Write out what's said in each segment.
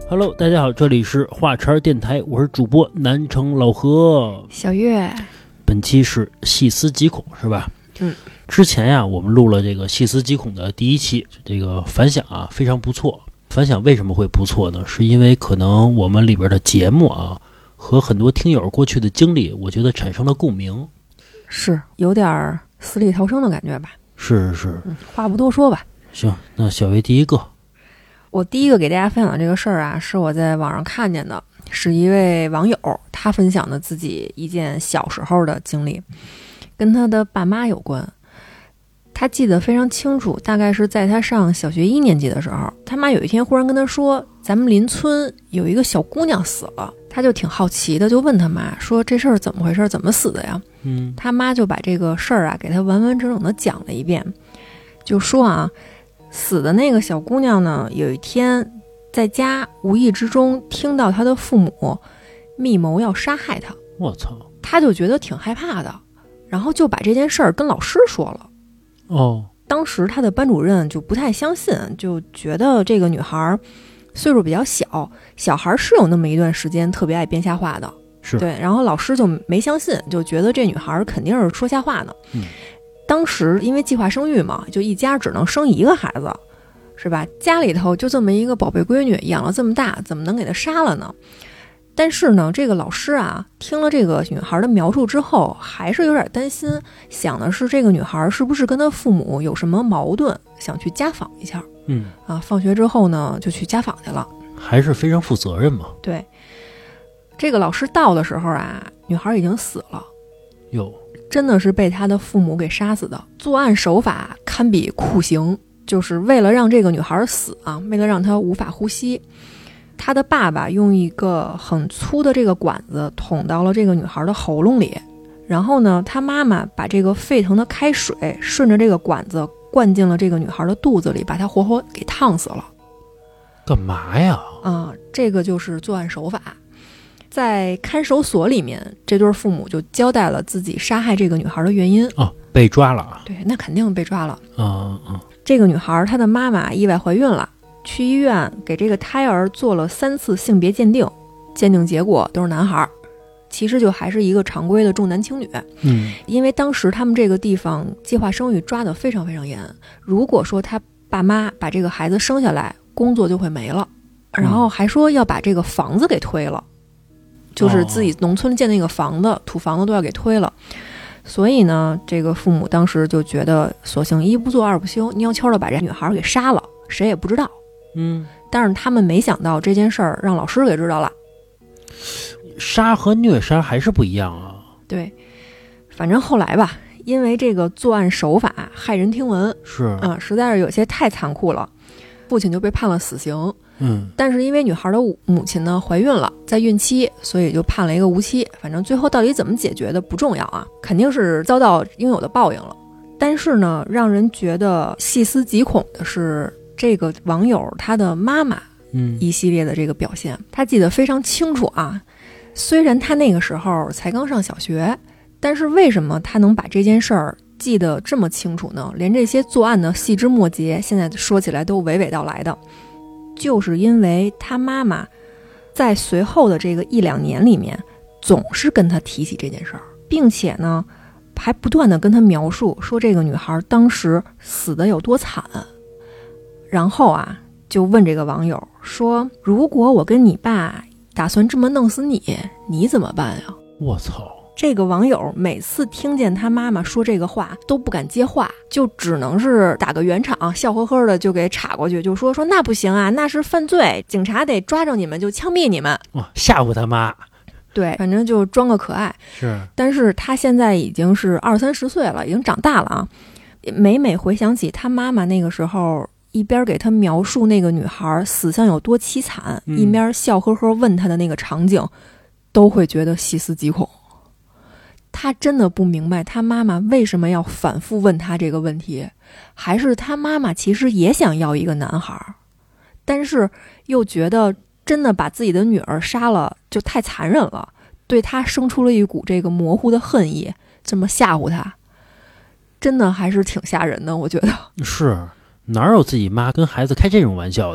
Hello， 大家好，这里是话茬电台，我是主播南城老何， 小月。 本期是细思极恐，是吧？之前呀，我们录了这个细思极恐的第一期，这个反响啊非常不错。反响为什么会不错呢？是因为可能我们里边的节目啊和很多听友过去的经历，我觉得产生了共鸣， 是有点死里逃生的感觉吧？ 是， 话不多说吧。 行，那小薇第一个。 我第一个给大家分享的这个事儿啊，是我在网上看见的，是一位网友他分享的自己一件小时候的经历，跟他的爸妈有关。他记得非常清楚，大概是在他上小学1年级的时候，他妈有一天忽然跟他说，咱们邻村有一个小姑娘死了。他就挺好奇的，就问他妈说，这事儿怎么回事，怎么死的呀？他妈就把这个事儿啊给他完完整整的讲了一遍，就说啊，死的那个小姑娘呢，有一天在家无意之中听到她的父母密谋要杀害她。 我操！ 他就觉得挺害怕的，然后就把这件事儿跟老师说了。当时他的班主任就不太相信，就觉得这个女孩岁数比较小，小孩是有那么一段时间特别爱编瞎话的， 是对。然后老师就没相信，就觉得这女孩肯定是说瞎话呢。当时因为计划生育嘛，就一家只能生一个孩子，是吧？家里头就这么一个宝贝闺女，养了这么大，怎么能给她杀了呢？但是呢，这个老师啊，听了这个女孩的描述之后，还是有点担心，想的是这个女孩是不是跟她父母有什么矛盾，想去家访一下。放学之后呢，就去家访去了， 还是非常负责任嘛。 对，这个老师到的时候啊，女孩已经死了。 哟， 真的是被她的父母给杀死的，作案手法堪比酷刑，就是为了让这个女孩死啊，为了让她无法呼吸。她的爸爸用一个很粗的这个管子捅到了这个女孩的喉咙里，然后呢，她妈妈把这个沸腾的开水顺着这个管子灌进了这个女孩的肚子里，把她活活给烫死了。 干嘛呀？ 这个就是作案手法。在看守所里面，这对父母就交代了自己杀害这个女孩的原因。 被抓了啊？ 对，那肯定被抓了。这个女孩她的妈妈意外怀孕了，去医院给这个胎儿做了3次性别鉴定，鉴定结果都是男孩，其实就还是一个常规的重男轻女。因为当时他们这个地方计划生育抓得非常非常严，如果说他爸妈把这个孩子生下来，工作就会没了，然后还说要把这个房子给推了，就是自己农村建那个房子，土房子都要给推了。所以呢，这个父母当时就觉得索性一不做二不休，悄悄的把这女孩给杀了，谁也不知道。但是他们没想到这件事儿让老师给知道了。 杀和虐杀还是不一样啊。 对，反正后来吧，因为这个作案手法骇人听闻，实在是有些太残酷了，父亲就被判了死刑。但是因为女孩的母亲呢怀孕了，在孕期，所以就判了一个无期。反正最后到底怎么解决的不重要啊，肯定是遭到应有的报应了。但是呢，让人觉得细思极恐的是这个网友他的妈妈一系列的这个表现。他记得非常清楚啊，虽然他那个时候才刚上小学，但是为什么他能把这件事儿记得这么清楚呢？连这些作案的细枝末节现在说起来都娓娓道来的，就是因为他妈妈在随后的这个1-2年里面总是跟他提起这件事儿，并且呢还不断的跟他描述说这个女孩当时死的有多惨。然后啊就问这个网友说，如果我跟你爸打算这么弄死你，你怎么办呀？ 我操！ 这个网友每次听见他妈妈说这个话都不敢接话，就只能是打个圆场，笑呵呵的就给插过去，就说那不行啊，那是犯罪，警察得抓着你们就枪毙你们。 吓唬他妈。 对，反正就装个可爱。但是他现在已经是20-30岁了，已经长大了啊。每回想起他妈妈那个时候一边给他描述那个女孩死相有多凄惨，一边笑呵呵问他的那个场景，都会觉得细思极恐。他真的不明白他妈妈为什么要反复问他这个问题，还是他妈妈其实也想要一个男孩，但是又觉得真的把自己的女儿杀了就太残忍了，对他生出了一股这个模糊的恨意，这么吓唬他，真的还是挺吓人的，我觉得。 是，哪有自己妈跟孩子开这种玩笑的呀？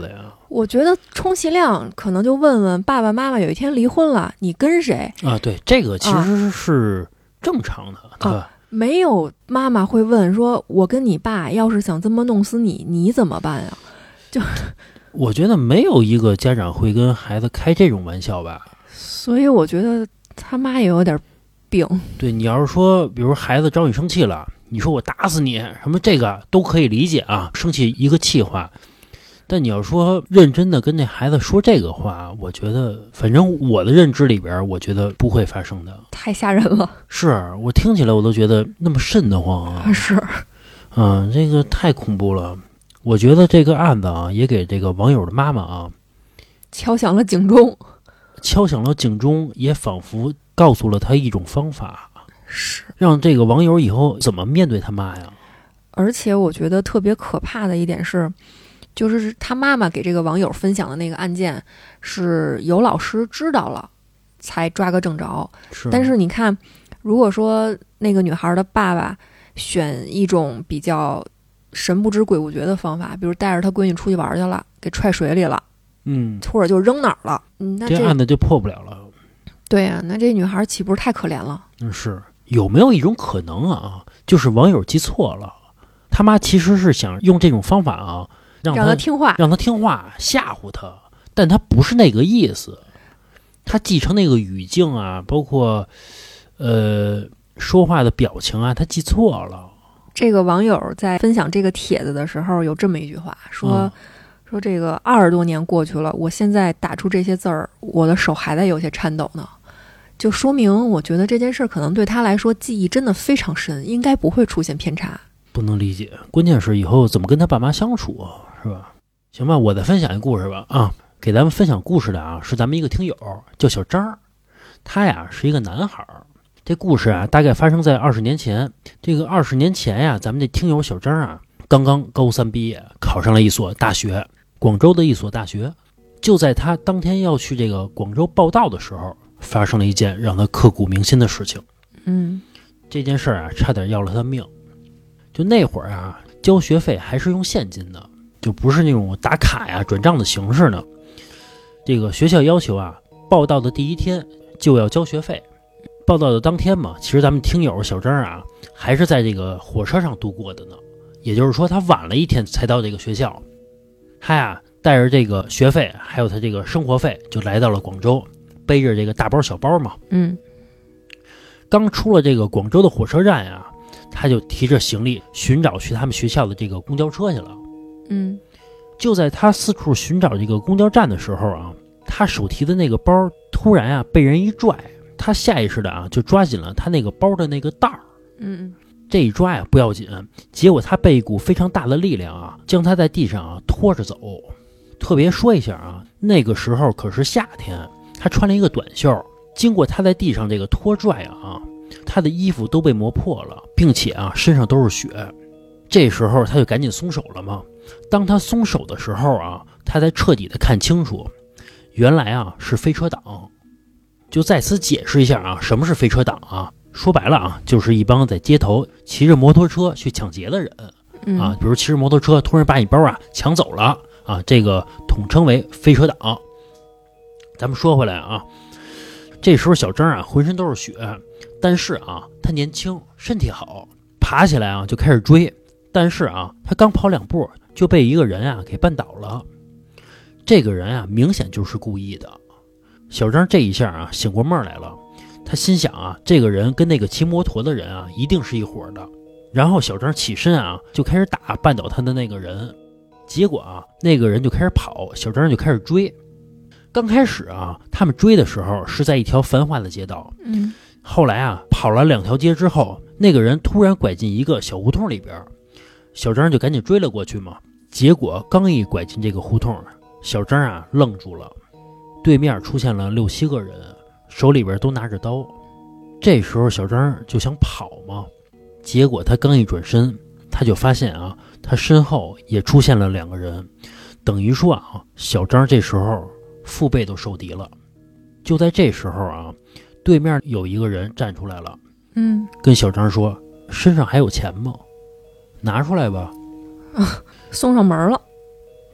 我觉得充其量可能就问问爸爸妈妈有一天离婚了，你跟谁啊？对，这个其实是正常的，对吧？ 没有妈妈会问说，我跟你爸要是想这么弄死你，你怎么办呀？就我觉得没有一个家长会跟孩子开这种玩笑吧。 所以我觉得他妈也有点病。 对，你要是说，比如孩子招你生气了，你说我打死你，什么这个都可以理解啊，生气一个气话。但你要说认真的跟那孩子说这个话，我觉得反正我的认知里边，我觉得不会发生的。 太吓人了， 是我听起来我都觉得那么瘆得慌啊！ 是， 这个太恐怖了。我觉得这个案子啊，也给这个网友的妈妈啊敲响了警钟。 敲响了警钟，也仿佛告诉了他一种方法， 是让这个网友以后怎么面对他妈呀。 而且我觉得特别可怕的一点是，就是他妈妈给这个网友分享的那个案件是有老师知道了才抓个正着，但是你看，如果说那个女孩的爸爸选一种比较神不知鬼不觉的方法，比如带着他闺女出去玩去了，给踹水里了，或者就扔哪儿了，那这案子就破不了了。 对呀，那这女孩岂不是太可怜了？ 是有没有一种可能啊，就是网友记错了，他妈其实是想用这种方法啊，让他听话，吓唬他，但他不是那个意思，他继承那个语境啊，包括说话的表情啊，他记错了。 这个网友在分享这个帖子的时候有这么一句话，说这个20多年过去了，我现在打出这些字儿，我的手还在有些颤抖呢，就说明我觉得这件事可能对他来说记忆真的非常深，应该不会出现偏差。 不能理解，关键是以后怎么跟他爸妈相处啊，是吧？行吧，我再分享一个故事吧。给咱们分享故事的啊是咱们一个听友叫小张，他呀是一个男孩。这故事啊大概发生在20年前。这个20年前呀，咱们这听友小张啊刚刚高3毕业，考上了一所大学，广州的一所大学。就在他当天要去这个广州报到的时候，发生了一件让他刻骨铭心的事情。这件事啊差点要了他命。就那会儿啊，交学费还是用现金的，就不是那种打卡呀转账的形式呢。这个学校要求啊，报到的第一天就要交学费。报道的当天嘛，其实咱们听友小张啊还是在这个火车上度过的呢，也就是说他晚了一天才到这个学校。他呀带着这个学费还有他这个生活费就来到了广州，背着这个大包小包嘛。刚出了这个广州的火车站呀，他就提着行李寻找去他们学校的这个公交车去了。就在他四处寻找这个公交站的时候啊，他手提的那个包突然啊被人一拽，他下意识的啊就抓紧了他那个包的那个带儿。这一抓呀不要紧，结果他被一股非常大的力量啊将他在地上啊拖着走。特别说一下啊，那个时候可是夏天，他穿了一个短袖，经过他在地上这个拖拽啊，他的衣服都被磨破了，并且啊身上都是血。这时候他就赶紧松手了嘛。当他松手的时候啊，他才彻底的看清楚，原来啊是飞车党。就在此解释一下啊，什么是飞车党啊？说白了啊，就是一帮在街头骑着摩托车去抢劫的人啊，比如骑着摩托车突然把你包啊抢走了啊，这个统称为飞车党。咱们说回来啊，这时候小张啊浑身都是血，但是啊他年轻身体好，爬起来啊就开始追，但是啊他刚跑2步就被一个人啊给绊倒了。这个人啊明显就是故意的。小张这一下啊醒过闷来了，他心想啊，这个人跟那个骑摩托的人啊一定是一伙的。然后小张起身啊就开始打绊倒他的那个人，结果啊那个人就开始跑，小张就开始追。刚开始啊他们追的时候是在一条繁华的街道，后来啊跑了2条街之后，那个人突然拐进一个小胡同里边，小张就赶紧追了过去嘛。结果刚一拐进这个胡同，小张啊愣住了，对面出现了6、7个人，手里边都拿着刀。这时候小张就想跑嘛，结果他刚一转身，他就发现啊他身后也出现了2个人，等于说啊小张这时候腹背都受敌了。就在这时候啊，对面有一个人站出来了，跟小张说，身上还有钱吗？拿出来吧。 送上门了。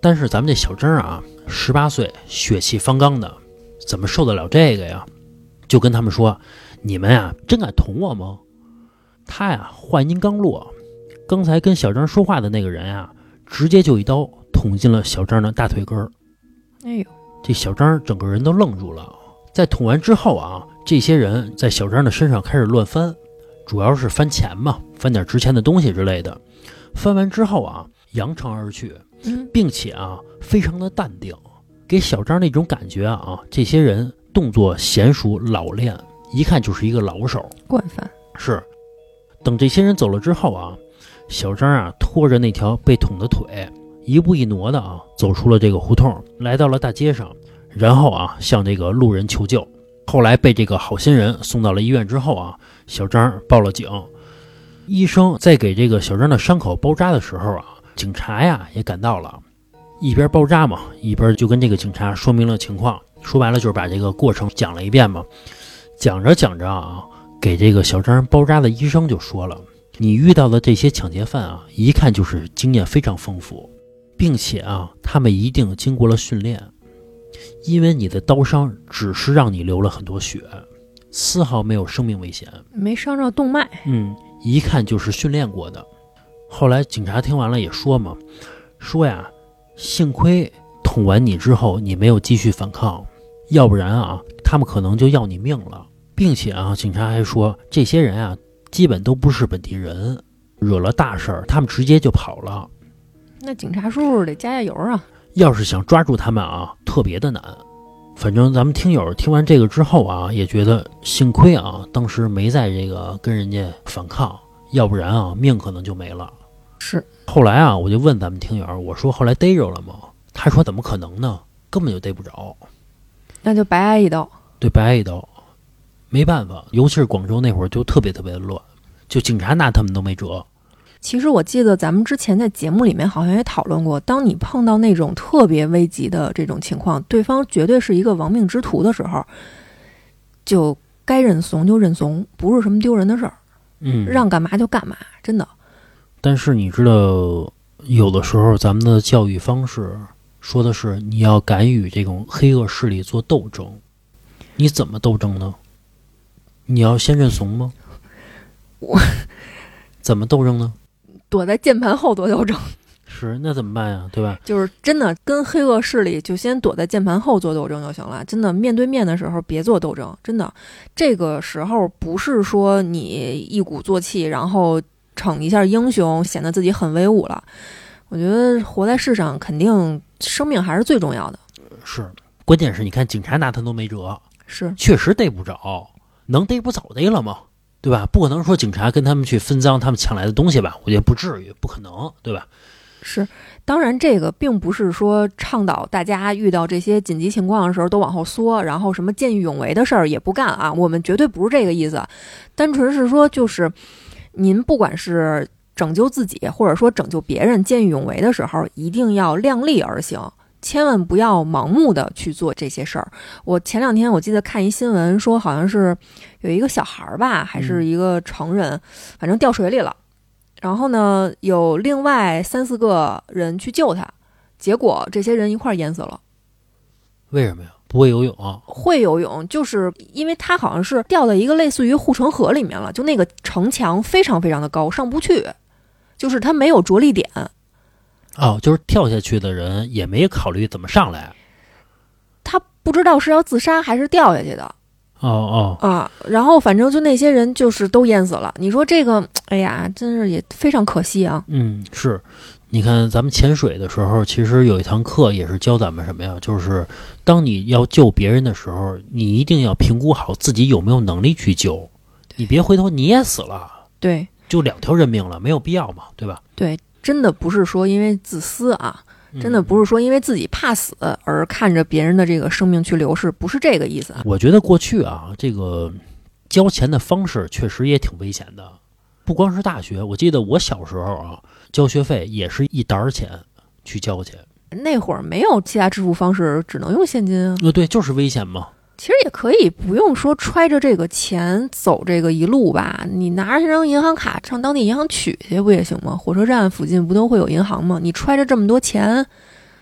但是咱们这小张啊，18岁，血气方刚的，怎么受得了这个呀？就跟他们说，你们啊真敢捅我吗？他呀话音刚落，刚才跟小张说话的那个人啊，直接就一刀捅进了小张的大腿根儿。 哎呦， 这小张整个人都愣住了。在捅完之后啊，这些人在小张的身上开始乱翻，主要是翻钱嘛，翻点值钱的东西之类的。翻完之后啊，扬长而去，并且啊非常的淡定，给小张那种感觉啊，这些人动作娴熟老练，一看就是一个老手惯犯。 是。等这些人走了之后啊，小张啊拖着那条被捅的腿，一步一挪的啊走出了这个胡同，来到了大街上，然后啊向这个路人求救。后来被这个好心人送到了医院之后啊，小张报了警。医生在给这个小张的伤口包扎的时候啊，警察呀也赶到了，一边包扎嘛，一边就跟这个警察说明了情况，说白了就是把这个过程讲了一遍嘛。讲着讲着啊，给这个小张包扎的医生就说了，你遇到的这些抢劫犯啊，一看就是经验非常丰富，并且啊他们一定经过了训练，因为你的刀伤只是让你流了很多血，丝毫没有生命危险， 没伤着动脉。 一看就是训练过的。后来警察听完了也说嘛，说呀，幸亏捅完你之后你没有继续反抗，要不然啊他们可能就要你命了。并且啊警察还说，这些人啊基本都不是本地人，惹了大事儿他们直接就跑了。 那警察叔叔得加加油啊， 要是想抓住他们啊特别的难。反正咱们听友听完这个之后啊，也觉得幸亏啊当时没在这个跟人家反抗，要不然啊命可能就没了。 是。 后来啊我就问咱们听友，我说后来逮着了吗？他说怎么可能呢，根本就逮不着。 那就白挨一刀。 对，白挨一刀，没办法，尤其是广州那会儿就特别特别的乱，就警察拿他们都没辙。 其实我记得咱们之前在节目里面好像也讨论过，当你碰到那种特别危急的这种情况，对方绝对是一个亡命之徒的时候，就该认怂就认怂，不是什么丢人的事儿。让干嘛就干嘛，真的。 但是你知道，有的时候咱们的教育方式说的是你要敢与这种黑恶势力做斗争，你怎么斗争呢？你要先认怂吗？ 我怎么斗争呢？ 躲在键盘后做斗争。 是，那怎么办呀？对吧？ 就是真的跟黑恶势力就先躲在键盘后做斗争就行了，真的面对面的时候别做斗争，真的这个时候不是说你一鼓作气然后逞一下英雄显得自己很威武了。我觉得活在世上肯定生命还是最重要的。 是，关键是你看警察拿他都没辙， 是确实逮不着，能逮不早逮了吗？对吧？不可能说警察跟他们去分赃他们抢来的东西吧，我觉得不至于，不可能，对吧？ 是，当然这个并不是说倡导大家遇到这些紧急情况的时候都往后缩，然后什么见义勇为的事儿也不干啊，我们绝对不是这个意思，单纯是说就是您不管是拯救自己或者说拯救别人见义勇为的时候，一定要量力而行，千万不要盲目的去做这些事儿。我前两天我记得看一新闻说，好像是有一个小孩吧，还是一个成人，反正掉水里了，然后呢有另外3-4个人去救他，结果这些人一块淹死了。 为什么呀？不会游泳啊？ 会游泳，就是因为他好像是掉到一个类似于护城河里面了，就那个城墙非常非常的高，上不去，就是他没有着力点。 哦，就是跳下去的人也没考虑怎么上来， 他不知道是要自杀还是掉下去的。然后反正就那些人就是都淹死了。你说这个，哎呀，真是也非常可惜啊。 是，你看咱们潜水的时候，其实有一堂课也是教咱们什么呀？就是当你要救别人的时候，你一定要评估好自己有没有能力去救，你别回头你也死了。 对， 就2条人命了，没有必要嘛，对吧？ 对，真的不是说因为自私啊。真的不是说因为自己怕死而看着别人的这个生命去流逝，不是这个意思。 我觉得过去啊，这个交钱的方式确实也挺危险的。不光是大学，我记得我小时候啊，交学费也是一沓钱去交钱。 那会儿没有其他支付方式，只能用现金啊。 对，就是危险嘛。 其实也可以不用说揣着这个钱走这个一路吧，你拿着张银行卡上当地银行取去不也行吗？火车站附近不都会有银行吗？你揣着这么多钱，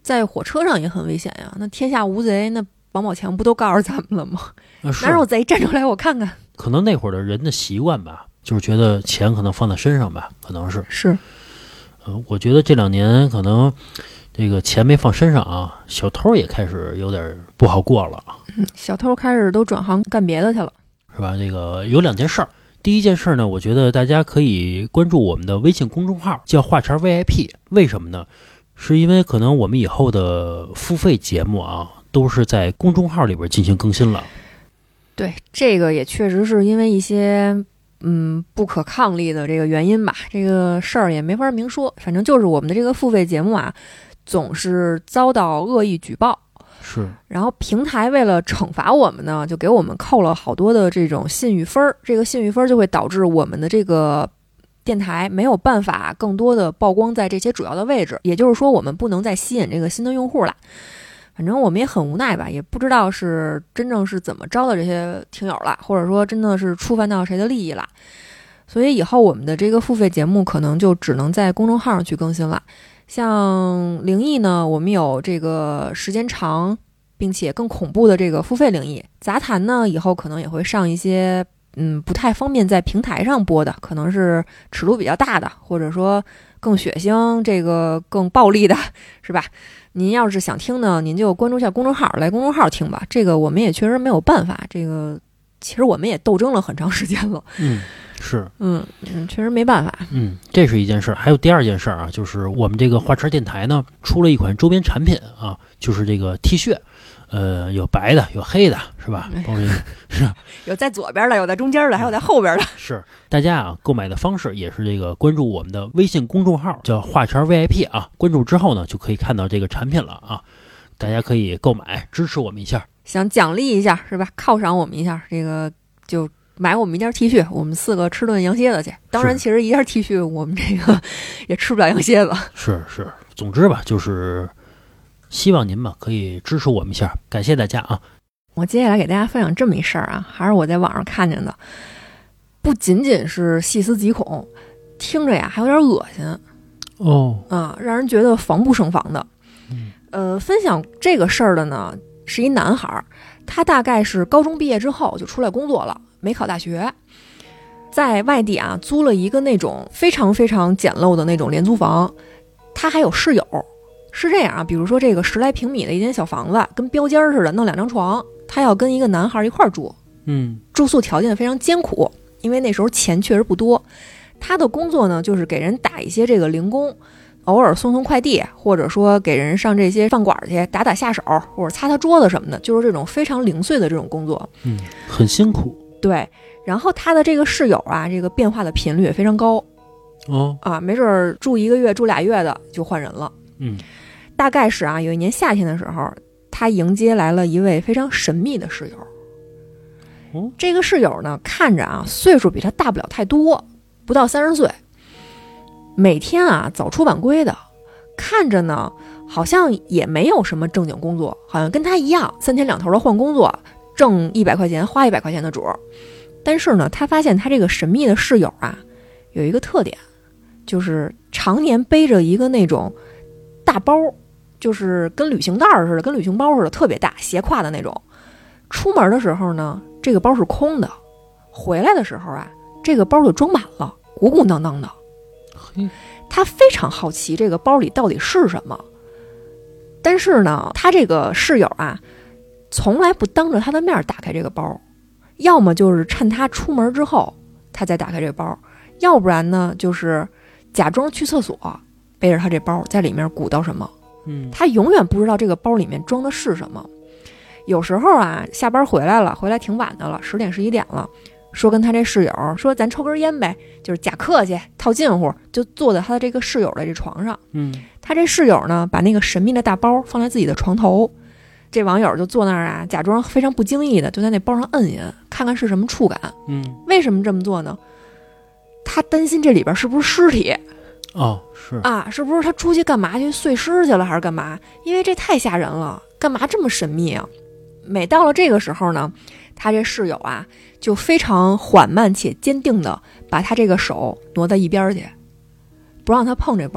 在火车上也很危险呀。那天下无贼，那王宝强不都告诉咱们了吗？哪有贼，站出来我看看。 可能那会儿的人的习惯吧，就是觉得钱可能放在身上吧，可能是。我觉得这2年可能这个钱没放身上啊，小偷也开始有点不好过了。 小偷开始都转行干别的去了， 是吧？这个有2件事儿。第一件事呢，我觉得大家可以关注我们的微信公众号，叫话茬 VIP。为什么呢？是因为可能我们以后的付费节目啊，都是在公众号里边进行更新了。 对，这个也确实是因为一些不可抗力的这个原因吧，这个事儿也没法明说。反正就是我们的这个付费节目啊，总是遭到恶意举报。 是， 然后平台为了惩罚我们呢，就给我们扣了好多的这种信誉分，这个信誉分就会导致我们的这个电台没有办法更多的曝光在这些主要的位置，也就是说我们不能再吸引这个新的用户了。反正我们也很无奈吧，也不知道是真正是怎么招的这些听友了，或者说真的是触犯到谁的利益了。所以以后我们的这个付费节目可能就只能在公众号上去更新了。像灵异呢，我们有这个时间长并且更恐怖的这个付费灵异。杂谈呢，以后可能也会上一些不太方便在平台上播的，可能是尺度比较大的，或者说更血腥，这个更暴力的，是吧？您要是想听呢，您就关注一下公众号，来公众号听吧。这个我们也确实没有办法，这个其实我们也斗争了很长时间了。 是， 确实没办法。 这是一件事。还有第2件事啊，就是我们这个话茬电台呢，出了一款周边产品啊，就是这个 T 恤。有白的，有黑的，是吧？是有在左边的，有在中间的，还有在后边的。 是，大家啊，购买的方式也是这个关注我们的微信公众号，叫话茬 VIP 啊。关注之后呢，就可以看到这个产品了啊。大家可以购买，支持我们一下。 想奖励一下是吧？犒赏我们一下，这个就买我们一件 T 恤，我们4个吃顿羊蝎子去。当然，其实一件 T 恤我们这个也吃不了羊蝎子。 是，总之吧，就是希望您吧可以支持我们一下，感谢大家啊！ 我接下来给大家分享这么一事儿啊，还是我在网上看见的，不仅仅是细思极恐，听着呀还有点恶心让人觉得防不胜防的。分享这个事儿的呢是一男孩，他大概是高中毕业之后就出来工作了，没考大学，在外地啊租了一个那种非常非常简陋的那种廉租房，他还有室友。是这样啊，比如说这个10来平米的一间小房子，跟标间似的，弄2张床，他要跟一个男孩一块住。住宿条件非常艰苦，因为那时候钱确实不多。他的工作呢，就是给人打一些这个零工，偶尔送快递，或者说给人上这些饭馆去打下手，或者擦桌子什么的，就是这种非常零碎的这种工作。 很辛苦。 对，然后他的这个室友啊，这个变化的频率也非常高。没准住1个月、住2月的就换人了。大概是啊，有一年夏天的时候，他迎接来了一位非常神秘的室友。这个室友呢，看着啊，岁数比他大不了太多，不到30岁，每天啊早出晚归的，看着呢好像也没有什么正经工作，好像跟他一样3天2头的换工作，挣100块钱花100块钱的主。但是呢，他发现他这个神秘的室友啊，有一个特点，就是常年背着一个那种大包，就是跟旅行袋似的，跟旅行包似的，特别大，斜挎的那种。出门的时候呢，这个包是空的，回来的时候啊，这个包就装满了，鼓鼓囊囊的。他非常好奇这个包里到底是什么，但是呢，他这个室友啊，从来不当着他的面打开这个包，要么就是趁他出门之后，他再打开这个包，要不然呢，就是假装去厕所，背着他这包在里面鼓捣什么。他永远不知道这个包里面装的是什么。有时候啊，下班回来挺晚的了，10点11点了，说跟他这室友说咱抽根烟呗，就是假客气套近乎，就坐在他的这个室友的这床上。他这室友呢，把那个神秘的大包放在自己的床头，这网友就坐那儿啊，假装非常不经意的就在那包上摁一摁，看看是什么触感。为什么这么做呢？他担心这里边是不是尸体。是不是他出去干嘛去碎尸去了，还是干嘛？因为这太吓人了，干嘛这么神秘啊？每到了这个时候呢，他这室友啊就非常缓慢且坚定的把他这个手挪到一边去，不让他碰这包，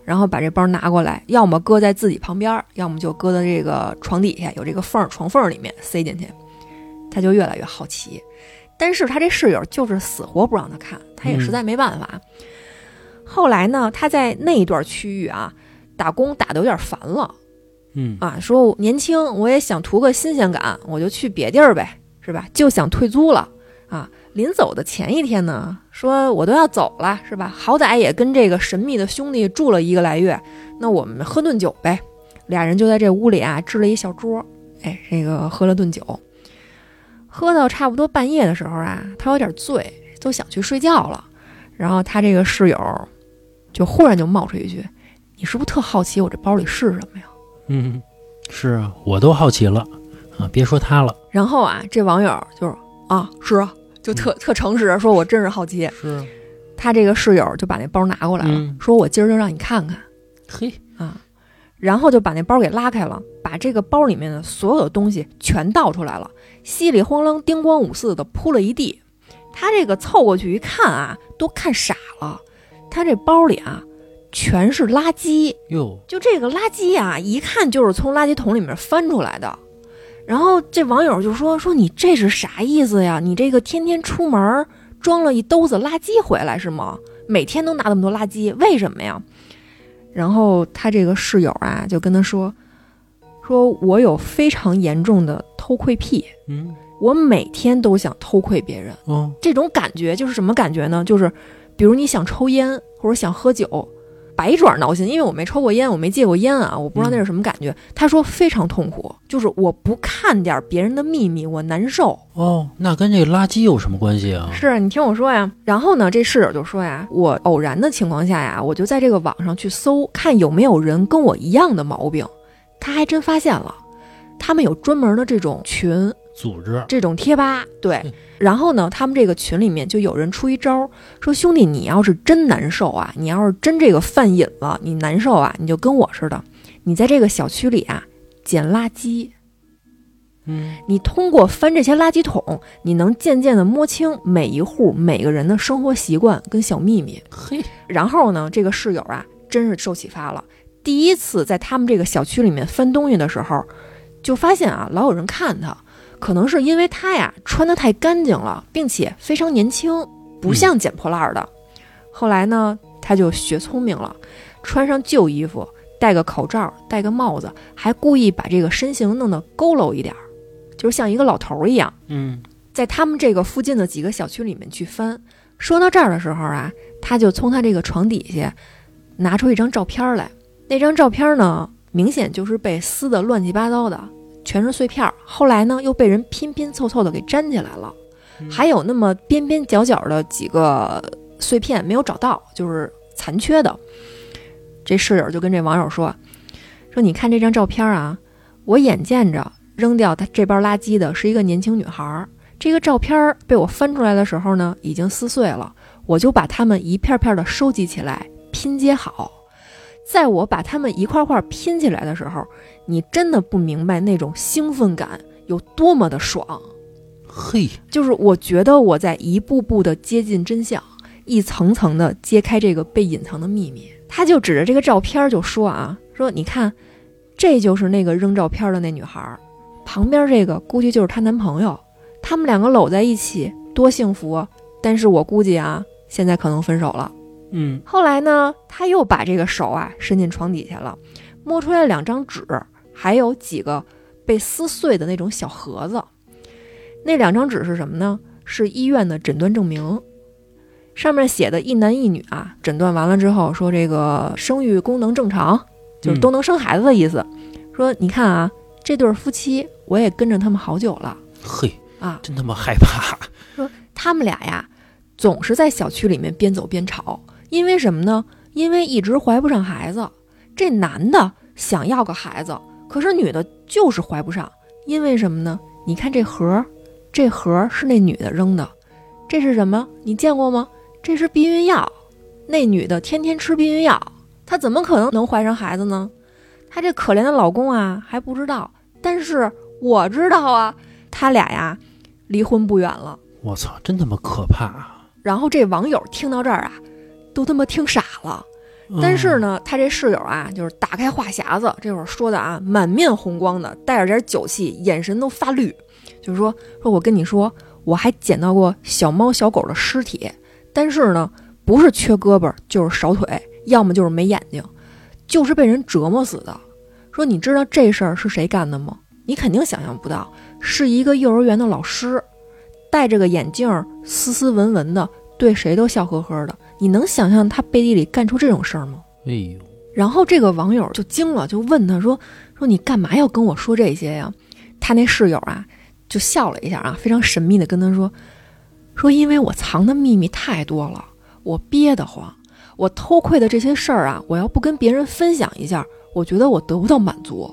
然后把这包拿过来，要么搁在自己旁边，要么就搁在这个床底下有这个缝，床缝里面塞进去。他就越来越好奇，但是他这室友就是死活不让他看，他也实在没办法。后来呢，他在那一段区域啊，打工打得有点烦了，说我年轻，我也想图个新鲜感，我就去别地儿呗，是吧？就想退租了啊。临走的前一天呢，说我都要走了，是吧？好歹也跟这个神秘的兄弟住了1个来月，那我们喝顿酒呗。俩人就在这屋里啊支了一小桌，这个喝了顿酒，喝到差不多半夜的时候啊，他有点醉，都想去睡觉了。然后他这个室友就忽然就冒出一句：“你是不是特好奇我这包里是什么呀？” 是啊，我都好奇了啊，别说他了。 然后啊，这网友就是是啊。就特诚实，说我真是好奇。 是， 他这个室友就把那包拿过来了，说我今儿就让你看看。 嘿啊，然后就把那包给拉开了，把这个包里面的所有的东西全倒出来了，稀里慌啷、叮咣五四的铺了一地。他这个凑过去一看啊，都看傻了。他这包里啊，全是垃圾哟， 就这个垃圾啊，一看就是从垃圾桶里面翻出来的。然后这网友就说你这是啥意思呀？你这个天天出门装了一兜子垃圾回来是吗？每天都拿那么多垃圾，为什么呀？然后他这个室友啊就跟他说我有非常严重的偷窥癖，我每天都想偷窥别人。这种感觉就是什么感觉呢？就是比如你想抽烟或者想喝酒，百爪挠心，因为我没抽过烟，我没戒过烟啊，我不知道那是什么感觉。他说非常痛苦，就是我不看点别人的秘密我难受。 那跟这个垃圾有什么关系啊？ 是你听我说呀。然后呢，这室友就说呀，我偶然的情况下呀，我就在这个网上去搜，看有没有人跟我一样的毛病。他还真发现了，他们有专门的这种群组织， 这种贴吧，对。然后呢，他们这个群里面就有人出一招，说兄弟，你要是真难受啊，你要是真这个犯瘾了，你难受啊，你就跟我似的，你在这个小区里啊捡垃圾。你通过翻这些垃圾桶，你能渐渐的摸清每一户每个人的生活习惯跟小秘密。然后呢，这个室友啊真是受启发了，第一次在他们这个小区里面翻东西的时候，就发现啊老有人看他。可能是因为他呀穿得太干净了，并且非常年轻，不像捡破烂的。后来呢，他就学聪明了，穿上旧衣服，戴个口罩，戴个帽子，还故意把这个身形弄得佝偻一点，就是像一个老头一样。在他们这个附近的几个小区里面去翻。说到这儿的时候啊，他就从他这个床底下拿出一张照片来。那张照片呢，明显就是被撕得乱七八糟的，全是碎片，后来呢又被人拼拼凑凑的给粘起来了，还有那么边边角角的几个碎片没有找到，就是残缺的。这室友就跟这网友说你看这张照片啊，我眼见着扔掉他这包垃圾的是一个年轻女孩，这个照片被我翻出来的时候呢已经撕碎了，我就把它们一片片的收集起来拼接好。在我把它们一块块拼起来的时候，你真的不明白那种兴奋感有多么的爽。就是我觉得我在一步步的接近真相，一层层的揭开这个被隐藏的秘密。他就指着这个照片就说你看，这就是那个扔照片的那女孩，旁边这个估计就是她男朋友，他们两个搂在一起多幸福啊！但是我估计现在可能分手了。后来呢，他又把这个手伸进床底下了，摸出来2张纸，还有几个被撕碎的那种小盒子。那2张纸是什么呢？是医院的诊断证明，上面写的一男一女诊断完了之后说这个生育功能正常，就是都能生孩子的意思。说你看这对夫妻我也跟着他们好久了。 真他妈害怕。 说他们俩呀总是在小区里面边走边吵，因为什么呢？因为一直怀不上孩子。这男的想要个孩子，可是女的就是怀不上，因为什么呢？你看这盒是那女的扔的，这是什么？你见过吗？这是避孕药。那女的天天吃避孕药，她怎么可能怀上孩子呢？她这可怜的老公还不知道，但是我知道他俩离婚不远了。 我操，真他妈可怕。 然后这网友听到这儿都他妈听傻了。 但是呢，他这室友啊，就是打开话匣子，这会儿说的啊，满面红光的，带着点酒气，眼神都发绿，就是说我跟你说，我还捡到过小猫小狗的尸体，但是呢，不是缺胳膊就是少腿，要么就是没眼睛，就是被人折磨死的。说你知道这事儿是谁干的吗？你肯定想象不到，是一个幼儿园的老师，戴着个眼镜，斯斯文文的，对谁都笑呵呵的。你能想象他背地里干出这种事儿吗？ 哎呦！ 然后这个网友就惊了，就问他说你干嘛要跟我说这些呀？他那室友啊就笑了一下啊，非常神秘的跟他说因为我藏的秘密太多了，我憋得慌，我偷窥的这些事儿啊，我要不跟别人分享一下，我觉得我得不到满足。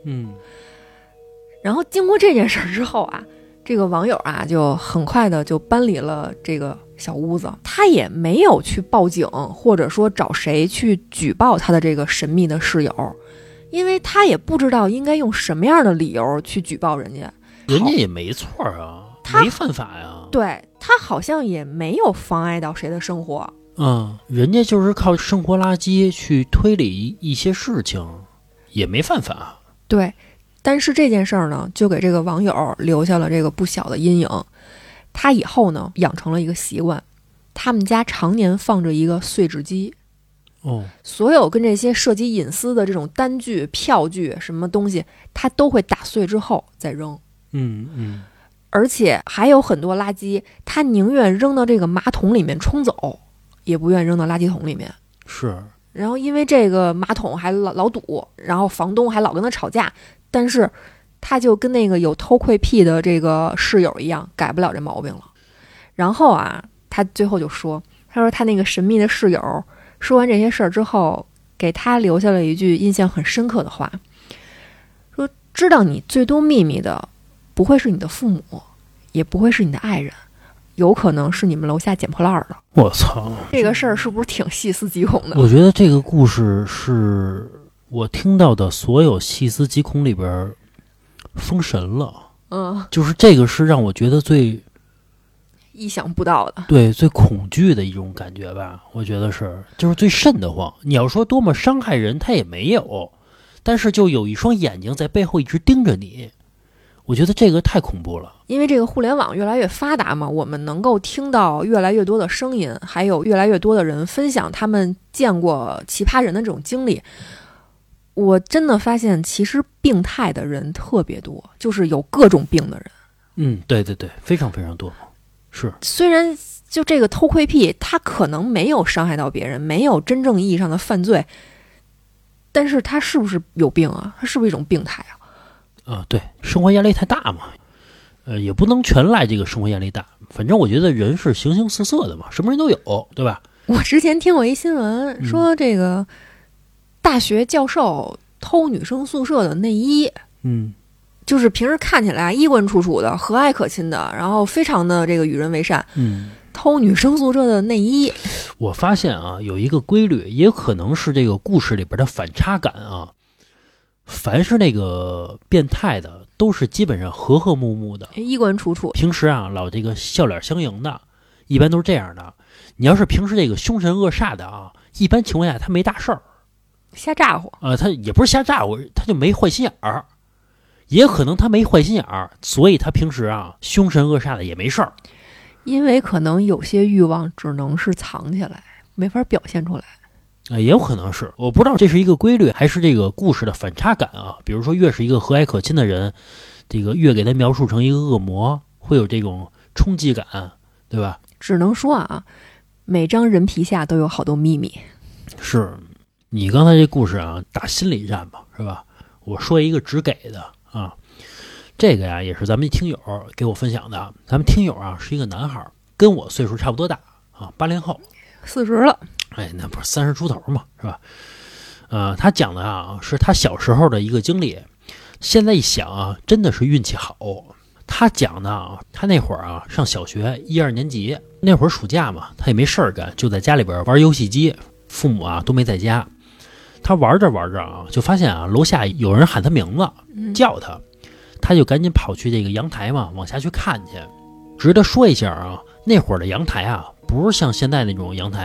然后经过这件事儿之后啊，这个网友啊就很快的就搬离了这个小屋子，他也没有去报警，或者说找谁去举报他的这个神秘的室友，因为他也不知道应该用什么样的理由去举报人家。 人家也没错啊，没犯法呀。 对，他好像也没有妨碍到谁的生活。 人家就是靠生活垃圾去推理一些事情，也没犯法。 对，但是这件事儿呢，就给这个网友留下了这个不小的阴影。他以后呢，养成了一个习惯，他们家常年放着一个碎纸机。所有跟这些涉及隐私的这种单据、票据什么东西，他都会打碎之后再扔。而且还有很多垃圾，他宁愿扔到这个马桶里面冲走，也不愿扔到垃圾桶里面。 是。 然后因为这个马桶还老堵，然后房东还老跟他吵架，但是他就跟那个有偷窥癖的这个室友一样，改不了这毛病了。然后啊，他最后就说，他说他那个神秘的室友说完这些事儿之后，给他留下了一句印象很深刻的话，说知道你最多秘密的不会是你的父母，也不会是你的爱人，有可能是你们楼下捡破烂的。 我操， 这个事儿是不是挺细思极恐的？ 我觉得这个故事是我听到的所有细思极恐里边封神了。就是这个是让我觉得最意想不到的， 对，最恐惧的一种感觉吧。我觉得就是最瘆得慌。你要说多么伤害人，他也没有，但是就有一双眼睛在背后一直盯着你。我觉得这个太恐怖了， 因为这个互联网越来越发达嘛，我们能够听到越来越多的声音，还有越来越多的人分享他们见过奇葩人的这种经历。我真的发现，其实病态的人特别多，就是有各种病的人。 对对对，非常非常多。是， 虽然就这个偷窥癖，他可能没有伤害到别人，没有真正意义上的犯罪，但是他是不是有病啊？他是不是一种病态啊？ 对，生活压力太大嘛，也不能全赖这个生活压力大。反正我觉得人是形形色色的嘛，什么人都有，对吧？ 我之前听过一新闻，说这个大学教授偷女生宿舍的内衣，就是平时看起来衣冠楚楚的，和蔼可亲的，然后非常的这个与人为善，偷女生宿舍的内衣。 我发现啊，有一个规律，也可能是这个故事里边的反差感啊。凡是那个变态的，都是基本上和和睦睦的， 衣冠楚楚， 平时啊老这个笑脸相迎的，一般都是这样的。你要是平时这个凶神恶煞的啊，一般情况下他没大事儿， 瞎咋呼他也不是瞎咋呼，他就没坏心眼儿。也可能他没坏心眼儿，所以他平时啊凶神恶煞的也没事儿。 因为可能有些欲望只能是藏起来，没法表现出来。 也有可能是，我不知道这是一个规律还是这个故事的反差感啊。比如说越是一个和蔼可亲的人，这个越给他描述成一个恶魔，会有这种冲击感，对吧？ 只能说啊，每张人皮下都有好多秘密。是， 你刚才这故事啊打心理战吧，是吧？我说一个只给的啊，这个呀也是咱们听友给我分享的。咱们听友啊是一个男孩，跟我岁数差不多大啊，80后 ，40了。 那不是30出头嘛，是吧？他讲的啊是他小时候的一个经历，现在一想啊，真的是运气好。他讲的啊，他那会儿啊上小学1、2年级，那会儿暑假嘛，他也没事儿干，就在家里边玩游戏机，父母啊都没在家。他玩着玩着啊，就发现啊楼下有人喊他名字，叫他，他就赶紧跑去这个阳台嘛，往下去看去。值得说一下啊，那会儿的阳台啊，不是像现在那种阳台，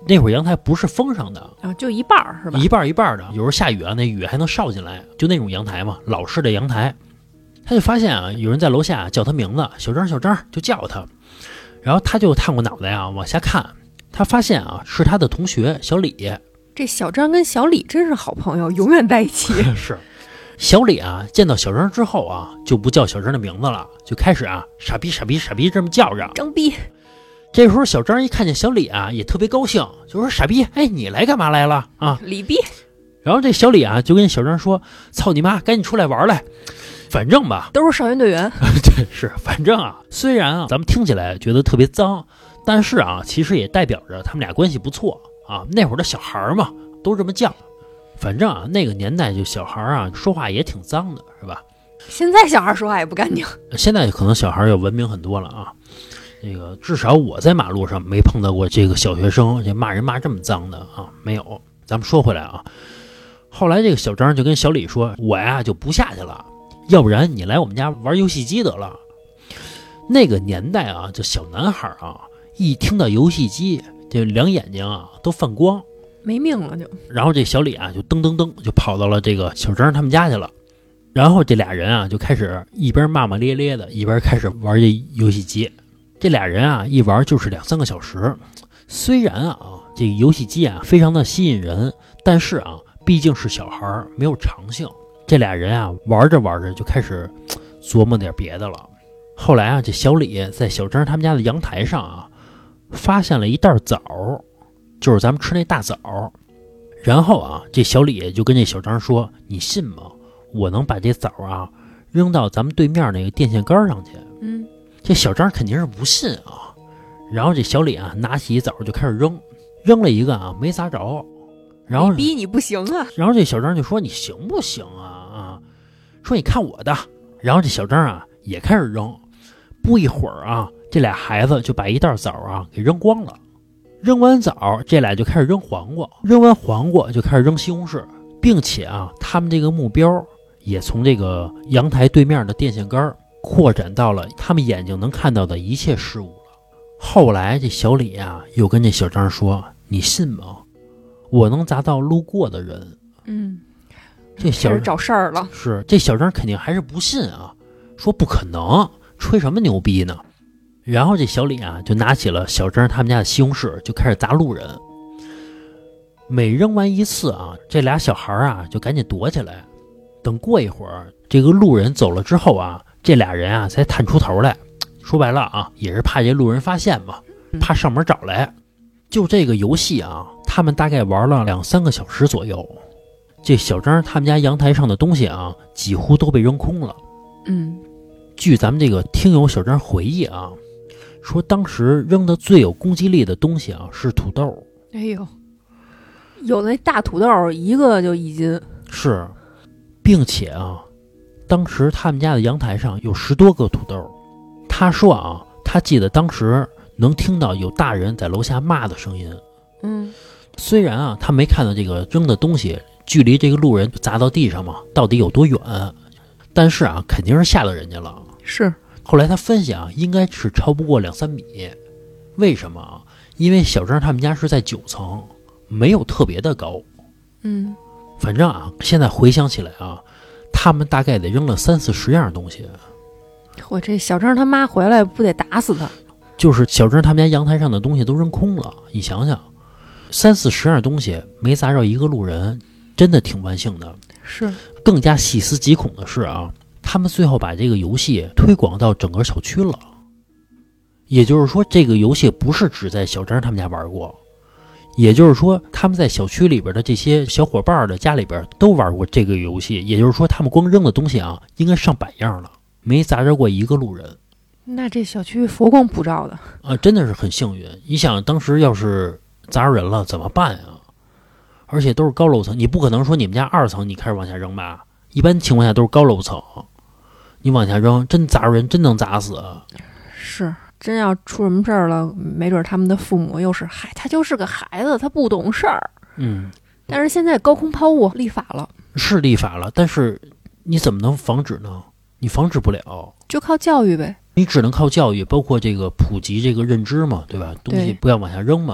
那会儿阳台不是封上的啊，就一半是吧？ 一半一半的，有时候下雨啊，那雨还能烧进来，就那种阳台嘛，老式的阳台。他就发现啊，有人在楼下叫他名字，小张小张就叫他，然后他就探过脑袋啊往下看，他发现啊是他的同学小李。 这小张跟小李真是好朋友，永远在一起。 是。小李啊见到小张之后啊就不叫小张的名字了，就开始啊傻逼傻逼傻逼这么叫着。 张逼。 这时候小张一看见小李啊也特别高兴，就说傻逼，哎你来干嘛来了啊？ 李逼。 然后这小李啊就跟小张说，操你妈，赶紧出来玩来。反正吧， 都是少先队员。 对，是，反正啊，虽然啊咱们听起来觉得特别脏，但是啊其实也代表着他们俩关系不错啊。那会儿的小孩嘛都这么叫。反正啊那个年代就小孩啊说话也挺脏的，是吧？ 现在小孩说话也不干净。 现在可能小孩要文明很多了啊。这个至少我在马路上没碰到过这个小学生这骂人骂这么脏的啊，没有。咱们说回来啊，后来这个小张就跟小李说，我呀就不下去了，要不然你来我们家玩游戏机得了。那个年代啊，这小男孩啊，一听到游戏机，这两眼睛啊都泛光， 没命了就。 然后这小李啊就噔噔噔就跑到了这个小张他们家去了。然后这俩人啊就开始一边骂骂咧咧的，一边开始玩这游戏机。这俩人啊一玩就是2-3个小时。虽然啊这个游戏机啊非常的吸引人，但是啊毕竟是小孩，没有长性。这俩人啊玩着玩着就开始琢磨点别的了。后来啊这小李在小张他们家的阳台上啊发现了一袋枣，就是咱们吃那大枣。然后啊这小李就跟这小张说，你信吗，我能把这枣啊扔到咱们对面那个电线杆上去。这小张肯定是不信啊。然后这小李啊拿起一枣就开始扔了一个啊没砸着。然后逼你不行啊。 然后这小张就说，你行不行啊？说你看我的。然后这小张啊也开始扔。不一会儿啊这俩孩子就把一袋枣啊给扔光了。扔完枣这俩就开始扔黄瓜，扔完黄瓜就开始扔西红柿，并且啊他们这个目标也从这个阳台对面的电线杆扩展到了他们眼睛能看到的一切事物了。后来这小李啊又跟这小张说，你信吗，我能砸到路过的人。这小张找事儿了。 是，这小张肯定还是不信啊，说不可能，吹什么牛逼呢。然后这小李啊就拿起了小张他们家的西红柿就开始砸路人。每扔完一次啊这俩小孩啊就赶紧躲起来，等过一会儿这个路人走了之后啊这俩人啊才探出头来。说白了啊也是怕这路人发现嘛，怕上门找来。就这个游戏啊他们大概玩了2-3个小时左右。这小张他们家阳台上的东西啊几乎都被扔空了。据咱们这个听友小张回忆啊，说当时扔的最有攻击力的东西啊是土豆。 哎呦，有那大土豆一个就1斤。 是，并且啊当时他们家的阳台上有10多个土豆。他说啊他记得当时能听到有大人在楼下骂的声音。虽然啊他没看到这个扔的东西距离这个路人砸到地上嘛到底有多远，但是啊肯定是吓到人家了。 是， 后来他分析啊应该是超不过2-3米。为什么啊？因为小张他们家是在9层，没有特别的高。反正啊现在回想起来啊他们大概得扔了30-40样东西。 我这小张他妈回来不得打死他。 就是小张他们家阳台上的东西都扔空了，你想想30-40样东西没砸着一个路人，真的挺万幸的。 是， 更加细思极恐的是啊他们最后把这个游戏推广到整个小区了。也就是说这个游戏不是只在小张他们家玩过，也就是说他们在小区里边的这些小伙伴的家里边都玩过这个游戏。也就是说他们光扔的东西啊应该上百样了，没砸着过一个路人。 那这小区佛光普照的啊，真的是很幸运。你想当时要是砸着人了怎么办呀？而且都是高楼层，你不可能说你们家2层你开始往下扔吧，一般情况下都是高楼层，你往下扔真砸着人真能砸死。 是，真要出什么事儿了，没准他们的父母又是嗨，他就是个孩子，他不懂事儿。但是现在高空抛物立法了， 是立法了，但是你怎么能防止呢？你防止不了， 就靠教育呗。 你只能靠教育，包括这个普及这个认知嘛，对吧？东西不要往下扔嘛。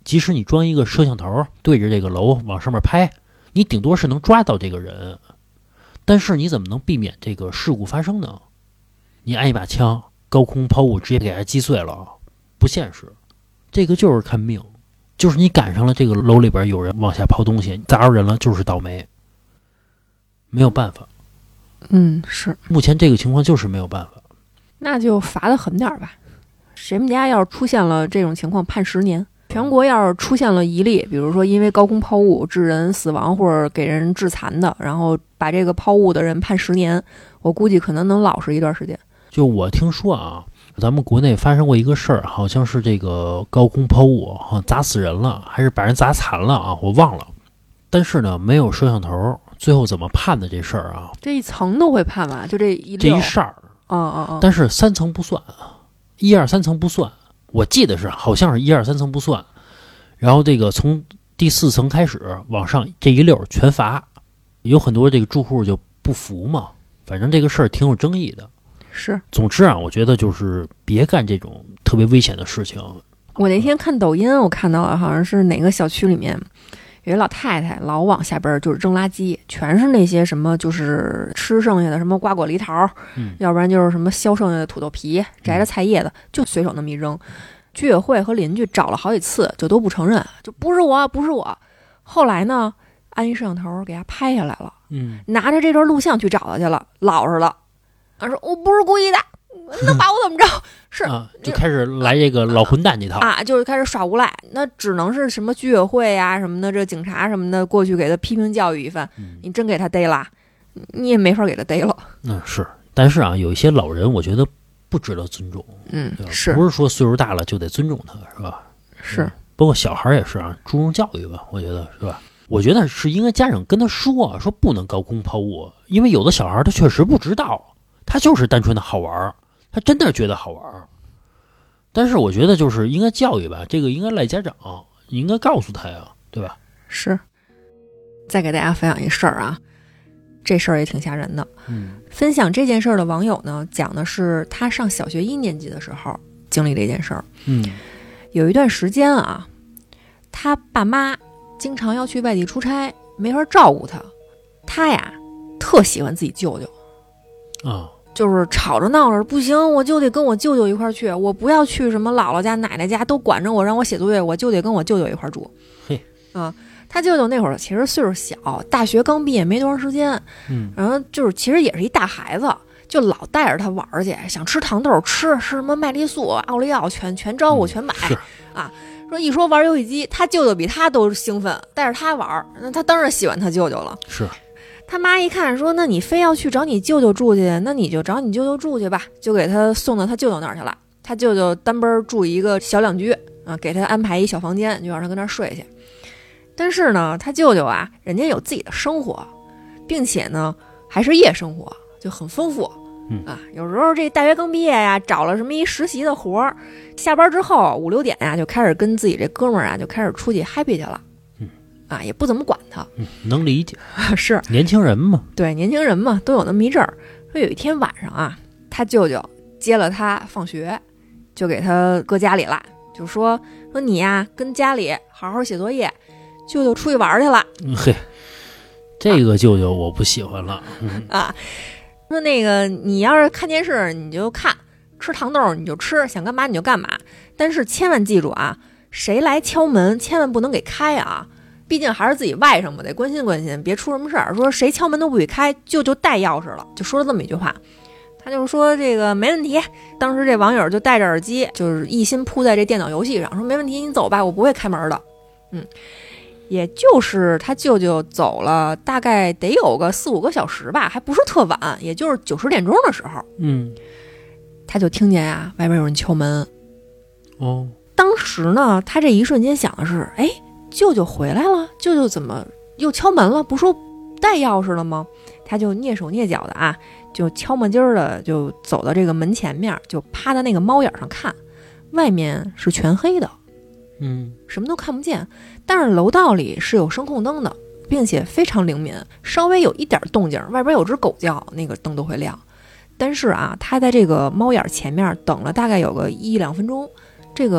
即使你装一个摄像头对着这个楼往上面拍，你顶多是能抓到这个人，但是你怎么能避免这个事故发生呢？你按一把枪，高空抛物直接给它击碎了，不现实。这个就是看命，就是你赶上了这个楼里边有人往下抛东西，砸着人了，就是倒霉，没有办法。 是。 目前这个情况就是没有办法。 那就罚得狠点吧。谁们家要是出现了这种情况，判10年。全国要是出现了一例，比如说因为高空抛物致人死亡或者给人致残的，然后把这个抛物的人判10年，我估计可能能老实一段时间。 就我听说啊，咱们国内发生过一个事儿，好像是这个高空抛物砸死人了，还是把人砸残了啊，我忘了。但是呢，没有摄像头，最后怎么判的这事儿啊？ 这一层都会判吧？就这一扇儿。 但是3层不算，1、2、3层不算。我记得是好像是1、2、3层不算，然后这个从第4层开始往上这一溜全罚。有很多这个住户就不服嘛，反正这个事儿挺有争议的。 是， 总之啊，我觉得就是别干这种特别危险的事情。 我那天看抖音，我看到了好像是哪个小区里面有一老太太老往下边就是扔垃圾，全是那些什么就是吃剩下的什么瓜果梨桃，要不然就是什么削剩下的土豆皮、摘的菜叶子，就随手那么一扔。居委会和邻居找了好几次，就都不承认，就不是我，不是我。后来呢，安一摄像头给他拍下来了，拿着这段录像去找他去了，老实了。他说我不是故意的，能把我怎么着？是就开始来这个老混蛋这套啊，就是开始耍无赖。那只能是什么居委会啊什么的，这警察什么的过去给他批评教育一番。你真给他逮了，你也没法给他逮了。 是，但是啊，有一些老人，我觉得不值得尊重。 是， 不是说岁数大了就得尊重他，是吧？ 是， 包括小孩也是啊，注重教育吧，我觉得是吧？我觉得是应该家长跟他说不能高空抛物，因为有的小孩他确实不知道。他就是单纯的好玩，他真的觉得好玩。但是我觉得就是应该教育吧，这个应该赖家长，你应该告诉他呀，对吧？ 是。再给大家分享一事儿啊，这事儿也挺吓人的。分享这件事儿的网友呢，讲的是他上小学1年级的时候经历这件事儿。有一段时间啊，他爸妈经常要去外地出差，没法照顾他。他呀，特喜欢自己舅舅。就是吵着闹着不行，我就得跟我舅舅一块去，我不要去什么姥姥家奶奶家都管着我让我写作业，我就得跟我舅舅一块住。他舅舅那会儿其实岁数小，大学刚毕业没多长时间，然后就是其实也是一大孩子，就老带着他玩去，想吃糖豆吃什么麦丽素、奥利奥全招呼全买说一说玩游戏机，他舅舅比他都兴奋，带着他玩，那他当然喜欢他舅舅了。 是。 他妈一看说，那你非要去找你舅舅住去，那你就找你舅舅住去吧，就给他送到他舅舅那儿去了。他舅舅单奔住一个小两居给他安排一小房间，就让他跟那儿睡去。但是呢，他舅舅啊，人家有自己的生活，并且呢还是夜生活，就很丰富有时候这大学刚毕业呀，找了什么一实习的活儿，下班之后5、6点呀，就开始跟自己这哥们儿啊就开始出去 happy 去了。也不怎么管他， 能理解， 是年轻人嘛。 对，年轻人嘛，都有那么一阵儿。说有一天晚上啊，他舅舅接了他放学，就给他搁家里了，就说你呀，跟家里好好写作业，舅舅出去玩去了。 这个舅舅我不喜欢了说那个你要是看电视你就看，吃糖豆你就吃，想干嘛你就干嘛，但是千万记住啊，谁来敲门千万不能给开啊。毕竟还是自己外甥嘛，得关心关心，别出什么事儿。说谁敲门都不许开，舅舅带钥匙了，就说了这么一句话。他就说这个没问题。当时这网友就戴着耳机，就是一心扑在这电脑游戏上，说没问题，你走吧，我不会开门的。也就是他舅舅走了，大概得有个4、5个小时吧，还不是特晚，也就是9、10点钟的时候。他就听见啊，外边有人敲门。当时呢，他这一瞬间想的是，舅舅回来了，舅舅怎么又敲门了？不说带钥匙了吗？他就蹑手蹑脚的啊，就敲门筋儿的就走到这个门前面，就趴在那个猫眼上看，外面是全黑的，什么都看不见。但是楼道里是有声控灯的，并且非常灵敏，稍微有一点动静，外边有只狗叫，那个灯都会亮。但是啊，他在这个猫眼前面等了大概有个1、2分钟，这个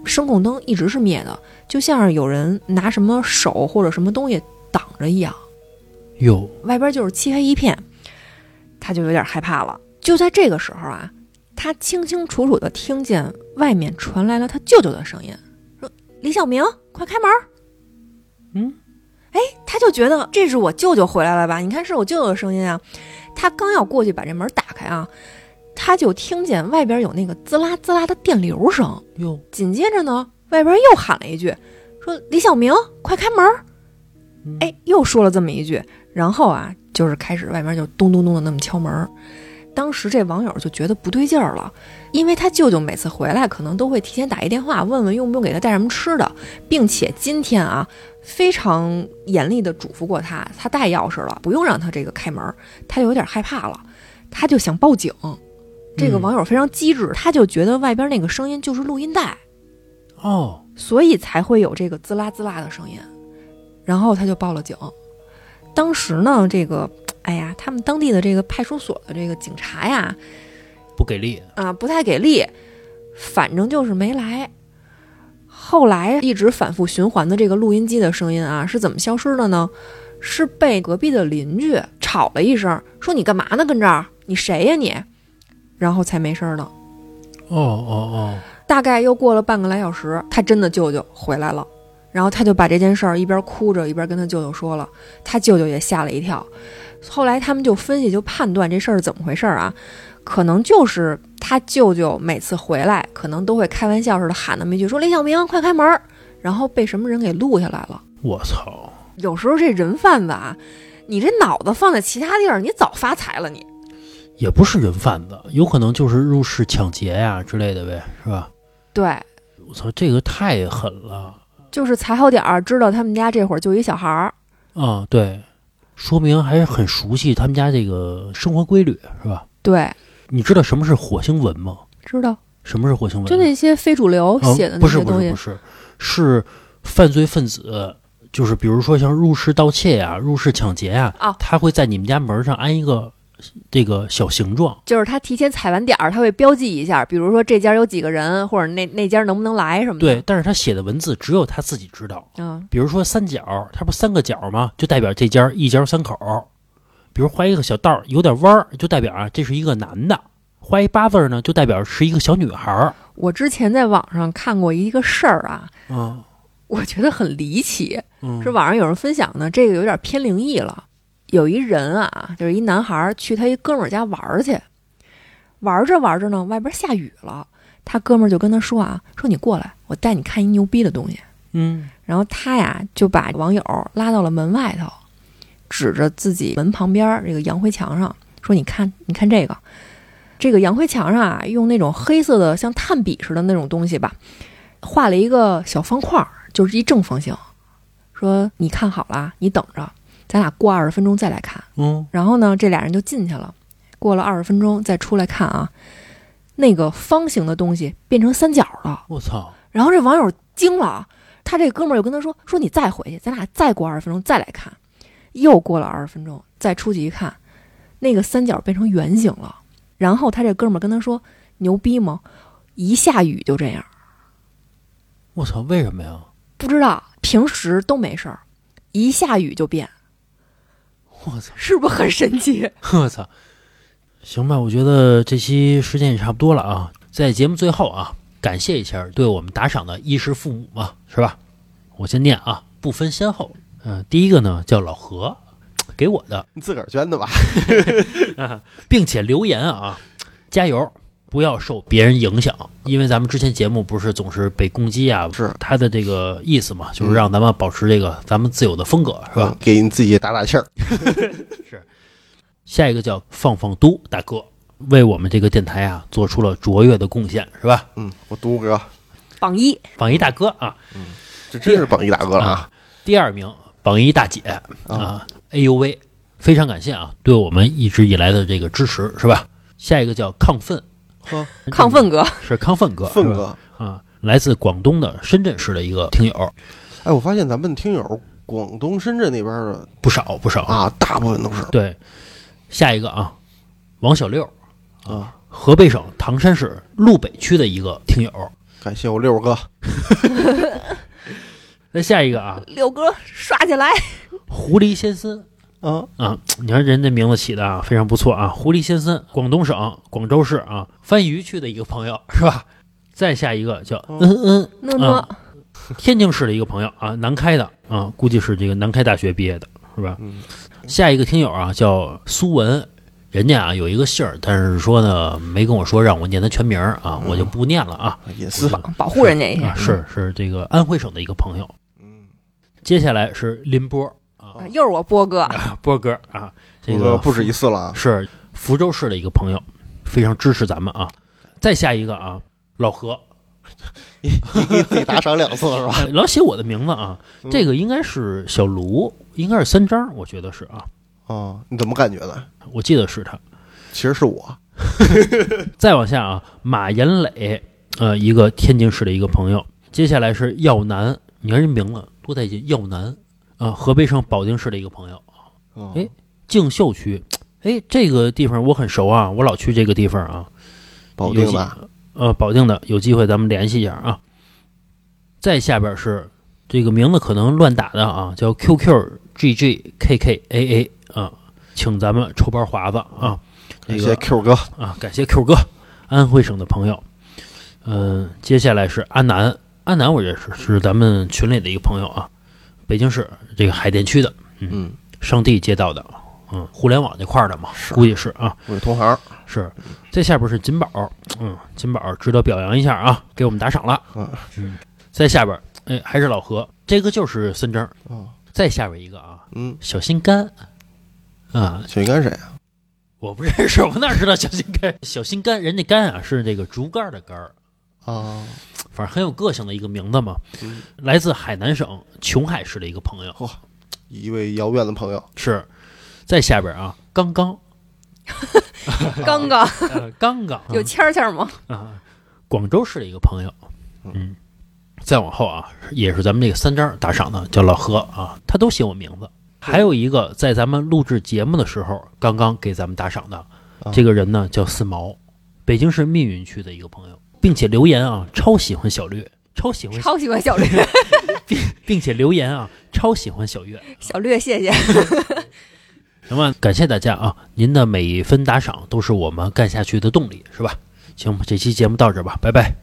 声控灯一直是灭的，就像是有人拿什么手或者什么东西挡着一样。 哟， 外边就是漆黑一片，他就有点害怕了。就在这个时候啊，他清清楚楚地听见外面传来了他舅舅的声音，说：“李小明，快开门！”他就觉得这是我舅舅回来了吧？你看是我舅舅的声音啊。他刚要过去把这门打开啊，他就听见外边有那个滋啦滋啦的电流声。 哟， 紧接着呢，外边又喊了一句，说：“李小明，快开门！”又说了这么一句，然后啊，就是开始外面就咚咚咚的那么敲门。当时这网友就觉得不对劲儿了，因为他舅舅每次回来可能都会提前打一电话问问用不用给他带什么吃的，并且今天啊非常严厉的嘱咐过他带钥匙了，不用让他这个开门。他就有点害怕了，他就想报警。这个网友非常机智，他就觉得外边那个声音就是录音带所以才会有这个滋啦滋啦的声音，然后他就报了警。当时呢，这个他们当地的这个派出所的这个警察呀， 不给力啊，不太给力，反正就是没来。后来一直反复循环的这个录音机的声音啊，是怎么消失的呢？是被隔壁的邻居吵了一声，说你干嘛呢？跟这儿，你谁呀你？然后才没声的。大概又过了半个来小时，他真的舅舅回来了。然后他就把这件事儿一边哭着一边跟他舅舅说了，他舅舅也吓了一跳。后来他们就分析就判断这事儿怎么回事啊，可能就是他舅舅每次回来可能都会开玩笑似的喊那么一句，说李小明快开门，然后被什么人给录下来了。 我操， 有时候这人贩子啊，你这脑子放在其他地儿你早发财了。你也不是人贩子，有可能就是入室抢劫呀之类的呗，是吧？ 对， 我操，这个太狠了。 就是踩好点儿，知道他们家这会儿就一小孩儿对，说明还是很熟悉他们家这个生活规律，是吧？ 对， 你知道什么是火星文吗？ 知道。 什么是火星文？ 就那些非主流写的那些东西。 不是，是犯罪分子，就是比如说像入室盗窃呀、入室抢劫呀，他会在你们家门上安一个这个小形状， 就是他提前踩完点儿，他会标记一下，比如说这家有几个人，或者那家能不能来什么的。 对，但是他写的文字只有他自己知道。比如说三角，他不是三个角吗？就代表这家一家三口。比如画一个小道有点弯，就代表这是一个男的。画一八字呢，就代表是一个小女孩。 我之前在网上看过一个事儿啊，我觉得很离奇，是网上有人分享的，这个有点偏灵异了。有一人啊，就是一男孩去他一哥们儿家玩去，玩着呢，外边下雨了，他哥们儿就跟他说啊，说你过来，我带你看一牛逼的东西。然后他呀就把网友拉到了门外头，指着自己门旁边这个洋灰墙上说，你看这个洋灰墙上啊，用那种黑色的像炭笔似的那种东西吧，画了一个小方块，就是一正方形，说你看好了，你等着，咱俩过20分钟再来看。然后呢，这俩人就进去了，过了20分钟再出来看啊，那个方形的东西变成三角了。 我操！ 然后这网友惊了，他这哥们儿又跟他说你再回去，咱俩再过20分钟再来看。又过了20分钟，再出去一看，那个三角变成圆形了。然后他这哥们儿跟他说，牛逼吗？一下雨就这样。 我操，为什么呀？ 不知道，平时都没事儿，一下雨就变。 我操， 是不是很神奇？ 我操，行吧，我觉得这期时间也差不多了啊。在节目最后啊，感谢一下对我们打赏的衣食父母嘛，是吧？我先念啊，不分先后。第一个呢叫老何，给我的， 你自个儿捐的吧？ 并且留言啊，加油，不要受别人影响，因为咱们之前节目不是总是被攻击啊， 是他的这个意思嘛，就是让咱们保持这个咱们自有的风格，是吧？ 给你自己打打气儿。 是。下一个叫放都大哥，为我们这个电台啊做出了卓越的贡献，是吧？ 我都哥， 榜一大哥啊， 这真是榜一大哥了啊。 第二名榜一大姐啊，哎呦喂，非常感谢啊，对我们一直以来的这个支持，是吧？下一个叫亢奋， 亢奋哥是亢奋哥， 奋哥啊，来自广东的深圳市的一个听友。 哎，我发现咱们听友广东深圳那边的不少啊，大部分都是。 对，下一个啊，王小六啊，河北省唐山市路北区的一个听友。 感谢我六哥。 再下一个啊， 六哥刷起来。 狐狸先生。你看人家名字起的啊，非常不错啊！狐狸先生，广东省广州市啊番禺区的一个朋友是吧？再下一个叫天津市的一个朋友啊，南开的啊，估计是这个南开大学毕业的是吧？下一个听友啊叫苏文，人家啊有一个姓儿，但是说呢没跟我说让我念他全名啊，我就不念了啊。 也是保护人家一下。 是这个安徽省的一个朋友。接下来是林波。 又是我波哥， 波哥啊，这个不止一次了， 是福州市的一个朋友，非常支持咱们啊。再下一个啊，老何， 你给自己打赏2次是吧？ 老写我的名字啊，这个应该是小卢，应该是3张，我觉得是啊。 哦，你怎么感觉的？ 我记得是他， 其实是我。 再往下啊，马延磊，一个天津市的一个朋友。接下来是耀南，你看人名字多带劲，耀南。河北省保定市的一个朋友，敬秀区，这个地方我很熟啊，我老去这个地方啊。 保定的， 保定的，有机会咱们联系一下啊。再下边是这个名字可能乱打的啊，叫 QQGGKKAA 啊，请咱们抽包华子啊。 感谢 Q 哥啊，感谢 Q 哥，安徽省的朋友。接下来是安南，安南我认识，是咱们群里的一个朋友啊。北京市这个海淀区的，上地街道的，互联网这块的嘛，估计是啊， 我同行是。这下边是金宝，金宝值得表扬一下啊，给我们打赏了，在下边，还是老何，这个就是孙正，再下边一个啊，小心肝， 小心肝谁啊？ 我不认识，我哪知道小心肝？小心肝，人家肝啊是这个竹竿的竿啊。 反正很有个性的一个名字嘛，来自海南省琼海市的一个朋友， 一位遥远的朋友是。在下边啊，刚刚有签签吗？ 广州市的一个朋友，再往后啊，也是咱们这个3张打赏的，叫老何啊，他都写我名字。还有一个在咱们录制节目的时候，刚刚给咱们打赏的这个人呢，叫4毛，北京市密云区的一个朋友。并且留言啊，超喜欢小略，超喜欢小略， 并且留言啊，超喜欢小月， 小略谢谢。 行吧，感谢大家啊，您的每一分打赏都是我们干下去的动力，是吧？行，这期节目到这吧，拜拜。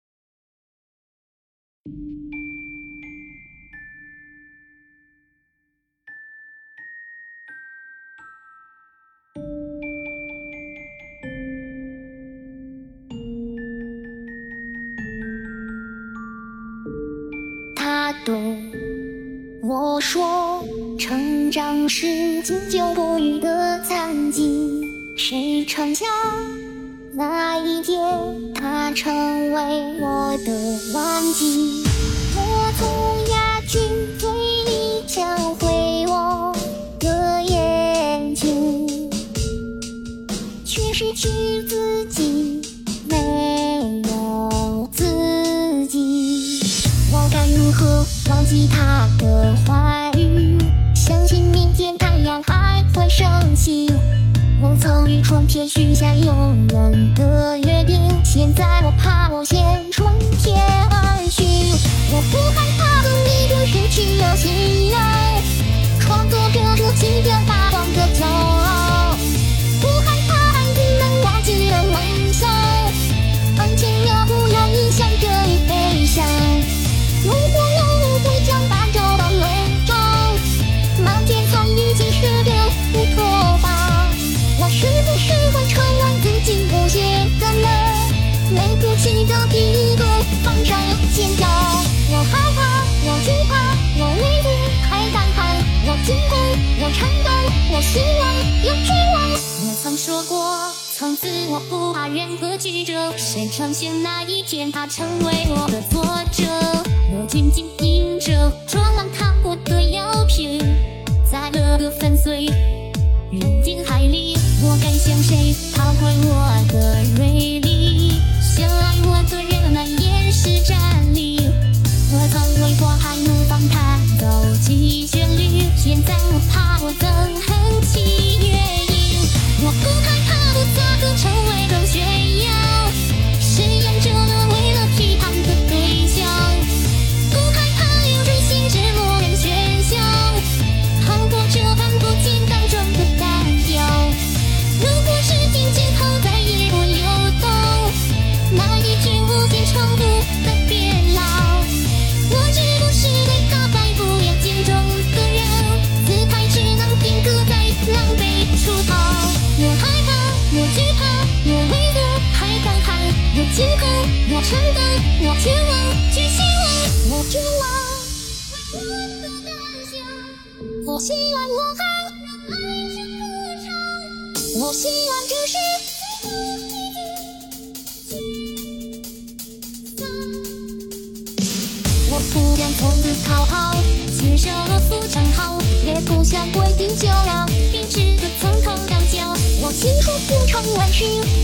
对我说，成长是经久不渝的残疾，谁曾想那一天它成为我的顽疾。我从亚军嘴里抢回我的眼睛，却失去自己，没有自己。我该如何忘记他的话语，相信明天太阳还会升起。我曾与春天许下永远的约定，现在我怕我先春天而去。我不害怕和你的失去了信仰，创作着这起点发光的骄傲。不害怕爱你能忘记了梦想，安静了不要影响这一悲伤。如果有我会将它找到笼罩，满天苍雨即使留不脱发。我是不是会成为自己不屑的呢？没骨气的第一个放上尖叫。我害怕，我惧怕，我畏惧，还胆寒，我惊恐，我颤抖，我希望，有绝望。我曾说过，从此我不怕任何曲折，谁呈现那一天他成为我的作者。我紧紧盯着撞烂踏过的药瓶，在乐个粉碎，扔进海里。我该向谁讨回我的锐利？相爱我的人们也是站立。我曾为过海怒放它走起旋律，现在我怕我憎恨起乐音。我不害怕我做个成为了炫耀，实验者们为了批判的若为了还敢喊，若惊恨，若承担，若天望，去希望，若绝望。我希望我还爱着歌唱，我希望这是我不愿从此讨好，接受了副称号，也不想规定就要，秉持着层层两脚。我心说不成万事。